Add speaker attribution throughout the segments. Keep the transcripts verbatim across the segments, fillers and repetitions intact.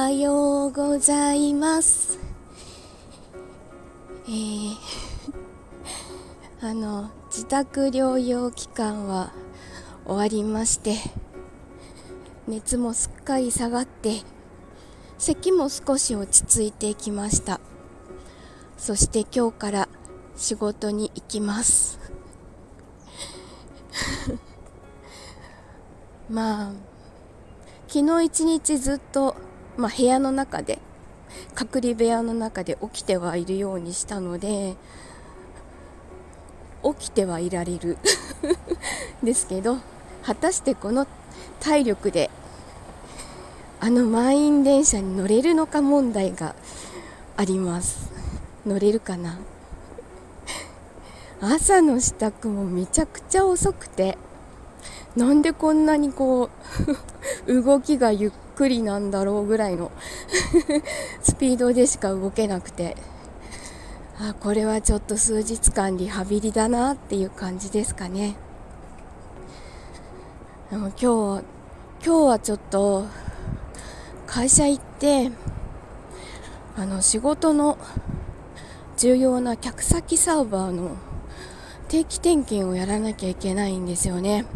Speaker 1: はようございます。えー、あの自宅療養期間は終わりまして、熱もすっかり下がって、咳も少し落ち着いてきました。そして今日から仕事に行きます。まあ昨日一日ずっと、まあ、部屋の中で隔離部屋の中で起きてはいるようにしたので、起きてはいられるですけど、果たしてこの体力であの満員電車に乗れるのか問題があります。乗れるかな。朝の支度もめちゃくちゃ遅くて、なんでこんなにこう動きがゆっくりなんだろうぐらいのスピードでしか動けなくて、あ、これはちょっと数日間リハビリだなっていう感じですかね。でも今日今日はちょっと会社行ってあの仕事の重要な客先サーバーの定期点検をやらなきゃいけないんですよね。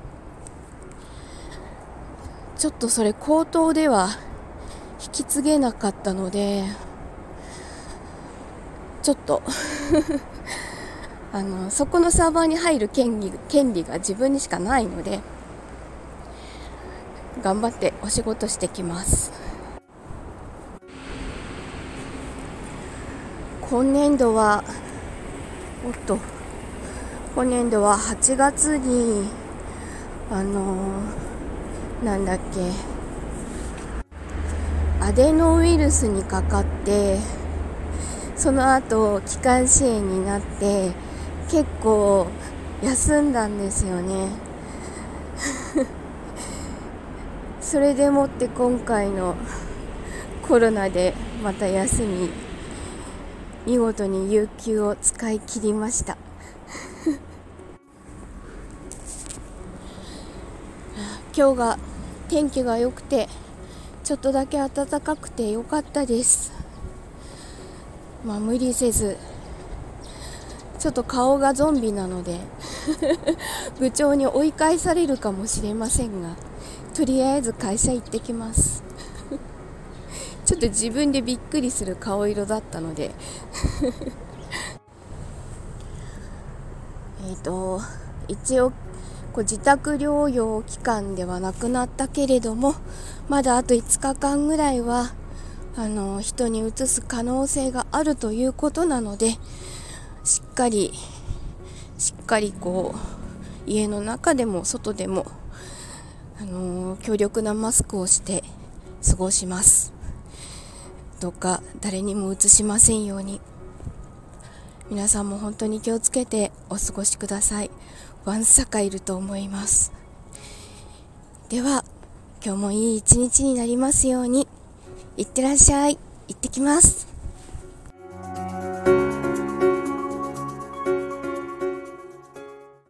Speaker 1: ちょっとそれ口頭では引き継げなかったので、ちょっとあのそこのサーバーに入る権利、権利が自分にしかないので、頑張ってお仕事してきます。今年度はおっと今年度ははちがつにあのーなんだっけアデノウイルスにかかって、その後気管支炎になって結構休んだんですよねそれでもって今回のコロナでまた休み、見事に有給を使い切りました今日が天気が良くて、ちょっとだけ暖かくて良かったです。まあ無理せず、ちょっと顔がゾンビなので部長に追い返されるかもしれませんが、とりあえず会社行ってきますちょっと自分でびっくりする顔色だったのでえっと一応こう自宅療養期間ではなくなったけれども、まだあといつかかんぐらいはあの人にうつす可能性があるということなので、しっかりしっかりこう家の中でも外でもあの強力なマスクをして過ごします。どうか誰にもうつしませんように。皆さんも本当に気をつけてお過ごしください。わんさかいると思います。では今日もいい一日になりますように。いってらっしゃい。行ってきます。